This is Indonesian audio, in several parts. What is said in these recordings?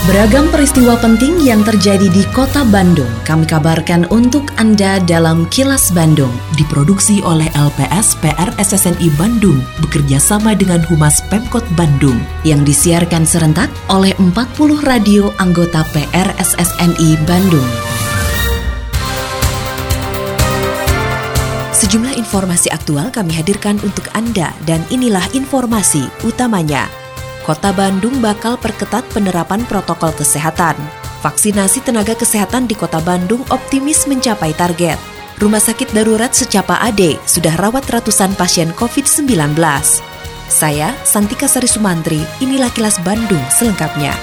Beragam peristiwa penting yang terjadi di Kota Bandung kami kabarkan untuk Anda dalam Kilas Bandung. Diproduksi oleh LPS PR SSNI Bandung bekerja sama dengan Humas Pemkot Bandung yang disiarkan serentak oleh 40 radio anggota PR SSNI Bandung. Sejumlah informasi aktual kami hadirkan untuk Anda dan inilah informasi utamanya. Kota Bandung bakal perketat penerapan protokol kesehatan. Vaksinasi tenaga kesehatan di Kota Bandung optimis mencapai target. Rumah sakit darurat Secapa AD sudah rawat ratusan pasien COVID-19. Saya, Santika Sari Sumantri, inilah Kilas Bandung selengkapnya.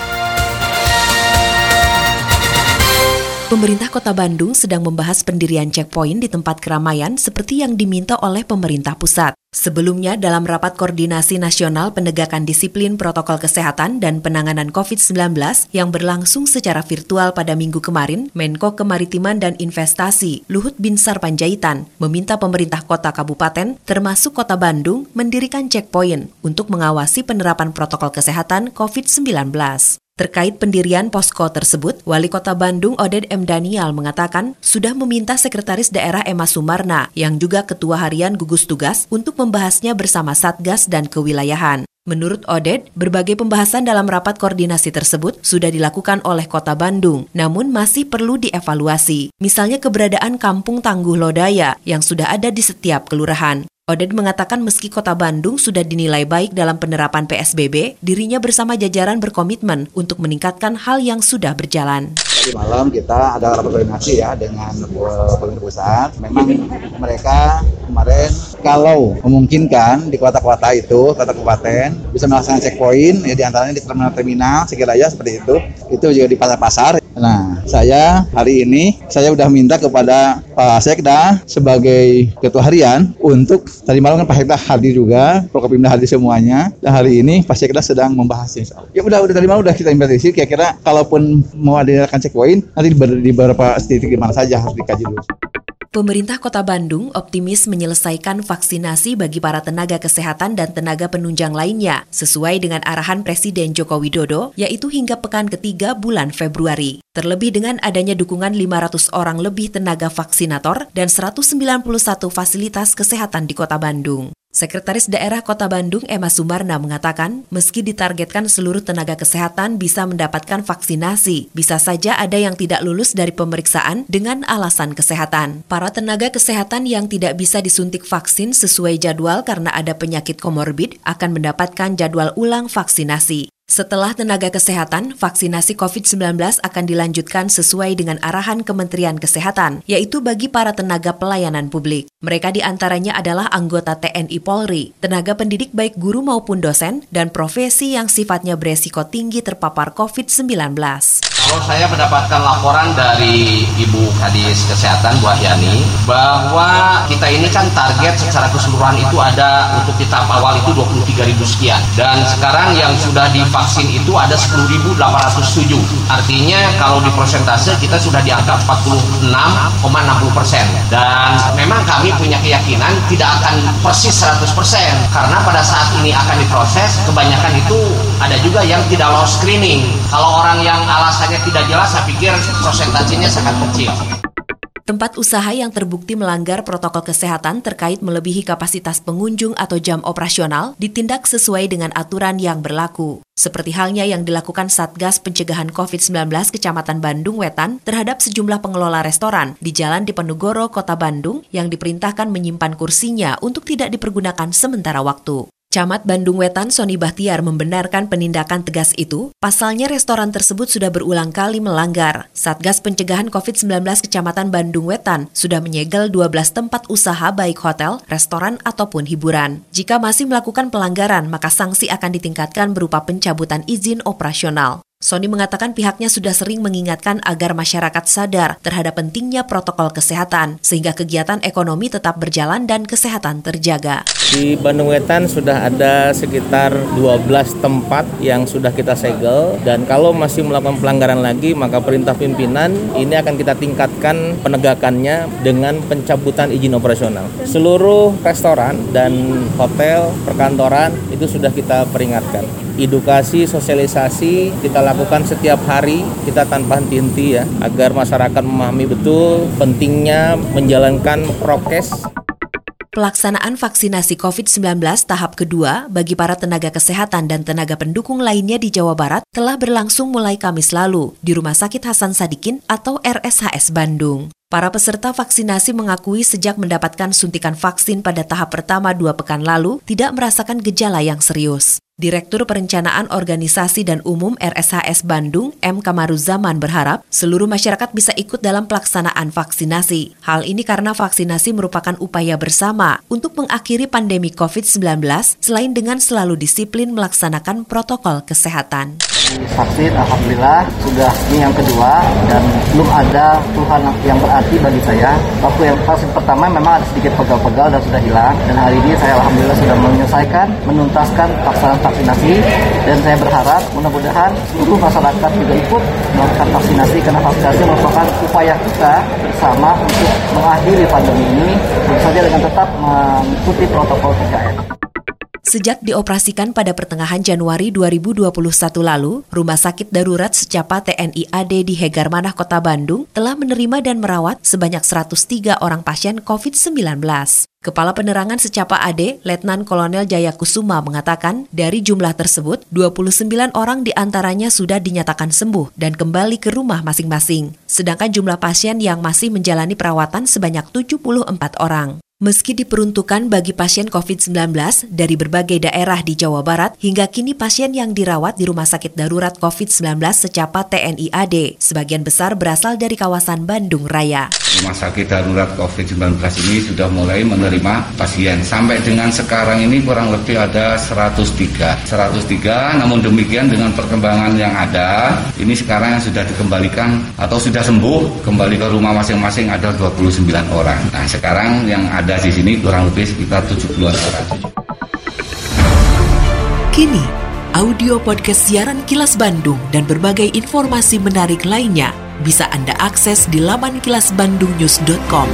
Pemerintah Kota Bandung sedang membahas pendirian checkpoint di tempat keramaian seperti yang diminta oleh pemerintah pusat. Sebelumnya, dalam rapat koordinasi nasional penegakan disiplin protokol kesehatan dan penanganan COVID-19 yang berlangsung secara virtual pada Minggu kemarin, Menko Kemaritiman dan Investasi Luhut Binsar Panjaitan meminta pemerintah kota kabupaten, termasuk Kota Bandung, mendirikan checkpoint untuk mengawasi penerapan protokol kesehatan COVID-19. Terkait pendirian posko tersebut, Wali Kota Bandung Oded M. Daniel mengatakan sudah meminta Sekretaris Daerah Emma Sumarna yang juga Ketua Harian Gugus Tugas untuk membahasnya bersama Satgas dan kewilayahan. Menurut Oded, berbagai pembahasan dalam rapat koordinasi tersebut sudah dilakukan oleh Kota Bandung, namun masih perlu dievaluasi. Misalnya keberadaan Kampung Tangguh Lodaya yang sudah ada di setiap kelurahan. Oded mengatakan meski Kota Bandung sudah dinilai baik dalam penerapan PSBB, dirinya bersama jajaran berkomitmen untuk meningkatkan hal yang sudah berjalan. Tadi malam kita ada rapat koordinasi ya dengan pemerintah pusat. Memang mereka kemarin kalau memungkinkan di kota-kota itu, kota kabupaten bisa melaksanakan checkpoint ya, diantaranya di terminal sekiranya seperti itu juga di pasar-pasar. Nah, saya hari ini saya sudah minta kepada Pak Sekda sebagai Ketua Harian untuk tadi malam kan Pak Sekda hadir juga, Prokopimda hadir semuanya. Dan hari ini Pak Sekda sedang membahasnya. Ya udah tadi malam udah kita implementasi. Kira-kira kalaupun mau adakan checkpoint nanti di beberapa titik di mana saja harus dikaji dulu. Pemerintah Kota Bandung optimis menyelesaikan vaksinasi bagi para tenaga kesehatan dan tenaga penunjang lainnya sesuai dengan arahan Presiden Joko Widodo, yaitu hingga pekan ketiga bulan Februari. Terlebih dengan adanya dukungan 500 orang lebih tenaga vaksinator dan 191 fasilitas kesehatan di Kota Bandung. Sekretaris Daerah Kota Bandung Emma Sumarna mengatakan, meski ditargetkan seluruh tenaga kesehatan bisa mendapatkan vaksinasi, bisa saja ada yang tidak lulus dari pemeriksaan dengan alasan kesehatan. Para tenaga kesehatan yang tidak bisa disuntik vaksin sesuai jadwal karena ada penyakit komorbid akan mendapatkan jadwal ulang vaksinasi. Setelah tenaga kesehatan, vaksinasi COVID-19 akan dilanjutkan sesuai dengan arahan Kementerian Kesehatan, yaitu bagi para tenaga pelayanan publik. Mereka diantaranya adalah anggota TNI Polri, tenaga pendidik baik guru maupun dosen, dan profesi yang sifatnya beresiko tinggi terpapar COVID-19. Kalau saya mendapatkan laporan dari Ibu Kadis Kesehatan Bu Ahyani bahwa kita ini kan target secara keseluruhan itu ada untuk di tahap awal itu 23.000 sekian dan sekarang yang sudah divaksin itu ada 10.807. Artinya kalau di persentase kita sudah di angka 46,60% dan memang kami punya keyakinan tidak akan persis 100% karena pada saat ini akan diproses kebanyakan itu ada juga yang tidak lolos screening. Kalau orang yang alasannya tidak jelas, saya pikir persentasenya sangat kecil. Tempat usaha yang terbukti melanggar protokol kesehatan terkait melebihi kapasitas pengunjung atau jam operasional ditindak sesuai dengan aturan yang berlaku. Seperti halnya yang dilakukan Satgas Pencegahan COVID-19 Kecamatan Bandung Wetan terhadap sejumlah pengelola restoran di Jalan Diponegoro, Kota Bandung yang diperintahkan menyimpan kursinya untuk tidak dipergunakan sementara waktu. Camat Bandung Wetan Sony Bahtiar membenarkan penindakan tegas itu, pasalnya restoran tersebut sudah berulang kali melanggar. Satgas Pencegahan COVID-19 Kecamatan Bandung Wetan sudah menyegel 12 tempat usaha baik hotel, restoran, ataupun hiburan. Jika masih melakukan pelanggaran, maka sanksi akan ditingkatkan berupa pencabutan izin operasional. Sony mengatakan pihaknya sudah sering mengingatkan agar masyarakat sadar terhadap pentingnya protokol kesehatan, sehingga kegiatan ekonomi tetap berjalan dan kesehatan terjaga. Di Bandung Wetan sudah ada sekitar 12 tempat yang sudah kita segel, dan kalau masih melakukan pelanggaran lagi, maka perintah pimpinan ini akan kita tingkatkan penegakannya dengan pencabutan izin operasional. Seluruh restoran dan hotel, perkantoran itu itu sudah kita peringatkan. Edukasi, sosialisasi kita lakukan setiap hari, kita tanpa henti-henti ya, agar masyarakat memahami betul pentingnya menjalankan prokes. Pelaksanaan vaksinasi COVID-19 tahap kedua bagi para tenaga kesehatan dan tenaga pendukung lainnya di Jawa Barat telah berlangsung mulai Kamis lalu di Rumah Sakit Hasan Sadikin atau RSHS Bandung. Para peserta vaksinasi mengakui sejak mendapatkan suntikan vaksin pada tahap pertama 2 pekan lalu tidak merasakan gejala yang serius. Direktur Perencanaan Organisasi dan Umum RSHS Bandung, M. Kamaruzaman berharap seluruh masyarakat bisa ikut dalam pelaksanaan vaksinasi. Hal ini karena vaksinasi merupakan upaya bersama untuk mengakhiri pandemi COVID-19 selain dengan selalu disiplin melaksanakan protokol kesehatan. Vaksin alhamdulillah sudah ini yang kedua dan belum ada keluhan yang berarti bagi saya. Waktu yang vaksin pertama memang ada sedikit pegal-pegal dan sudah hilang, dan hari ini saya alhamdulillah sudah menyelesaikan menuntaskan pelaksanaan vaksinasi, dan saya berharap mudah-mudahan seluruh masyarakat juga ikut melakukan vaksinasi karena vaksinasi merupakan upaya kita bersama untuk mengakhiri pandemi ini, tentu saja dengan tetap mengikuti protokol 3M. Sejak dioperasikan pada pertengahan Januari 2021 lalu, Rumah Sakit Darurat Secapa TNI AD di Hegarmanah, Kota Bandung telah menerima dan merawat sebanyak 103 orang pasien COVID-19. Kepala Penerangan Secapa AD, Letnan Kolonel Jaya Kusuma mengatakan, dari jumlah tersebut, 29 orang diantaranya sudah dinyatakan sembuh dan kembali ke rumah masing-masing. Sedangkan jumlah pasien yang masih menjalani perawatan sebanyak 74 orang. Meski diperuntukkan bagi pasien COVID-19 dari berbagai daerah di Jawa Barat, hingga kini pasien yang dirawat di Rumah Sakit Darurat COVID-19 Secapa TNI AD, sebagian besar berasal dari kawasan Bandung Raya. Rumah Sakit Darurat COVID-19 ini sudah mulai menerima pasien. Sampai dengan sekarang ini kurang lebih ada 103, namun demikian dengan perkembangan yang ada, ini sekarang yang sudah dikembalikan atau sudah sembuh, kembali ke rumah masing-masing ada 29 orang. Nah sekarang yang ada di sini kurang lebih sekitar 70-an orang. Kini, audio podcast siaran Kilas Bandung dan berbagai informasi menarik lainnya bisa Anda akses di laman kilasbandungnews.com.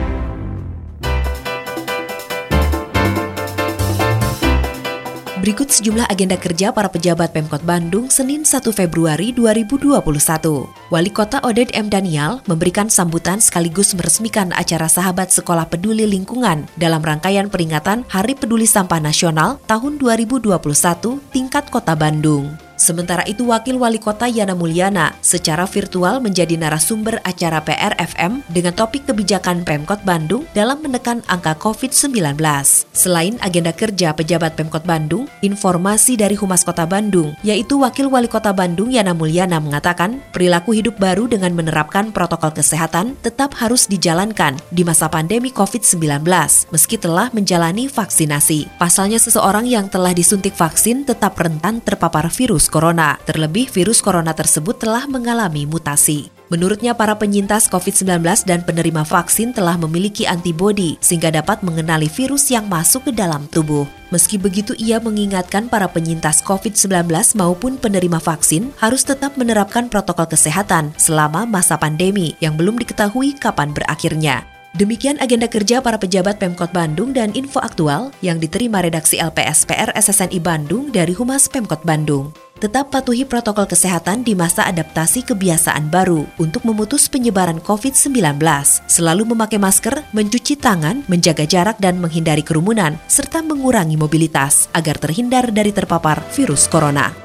Berikut sejumlah agenda kerja para pejabat Pemkot Bandung Senin 1 Februari 2021. Wali Kota Oded M. Daniel memberikan sambutan sekaligus meresmikan acara Sahabat Sekolah Peduli Lingkungan dalam rangkaian peringatan Hari Peduli Sampah Nasional tahun 2021 tingkat Kota Bandung. Sementara itu, Wakil Wali Kota Yana Mulyana secara virtual menjadi narasumber acara PRFM dengan topik kebijakan Pemkot Bandung dalam menekan angka COVID-19. Selain agenda kerja pejabat Pemkot Bandung, informasi dari Humas Kota Bandung, yaitu Wakil Wali Kota Bandung Yana Mulyana mengatakan, perilaku hidup baru dengan menerapkan protokol kesehatan tetap harus dijalankan di masa pandemi COVID-19, meski telah menjalani vaksinasi. Pasalnya, seseorang yang telah disuntik vaksin tetap rentan terpapar virus corona. Terlebih, virus corona tersebut telah mengalami mutasi. Menurutnya, para penyintas COVID-19 dan penerima vaksin telah memiliki antibodi sehingga dapat mengenali virus yang masuk ke dalam tubuh. Meski begitu, ia mengingatkan para penyintas COVID-19 maupun penerima vaksin harus tetap menerapkan protokol kesehatan selama masa pandemi yang belum diketahui kapan berakhirnya. Demikian agenda kerja para pejabat Pemkot Bandung dan info aktual yang diterima redaksi LPS PR SSNI Bandung dari Humas Pemkot Bandung. Tetap patuhi protokol kesehatan di masa adaptasi kebiasaan baru untuk memutus penyebaran COVID-19. Selalu memakai masker, mencuci tangan, menjaga jarak dan menghindari kerumunan, serta mengurangi mobilitas agar terhindar dari terpapar virus corona.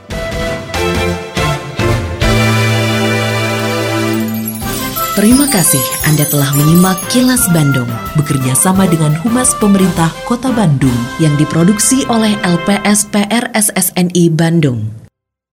Terima kasih Anda telah menyimak Kilas Bandung bekerja sama dengan Humas Pemerintah Kota Bandung yang diproduksi oleh LPS PR SSNI Bandung.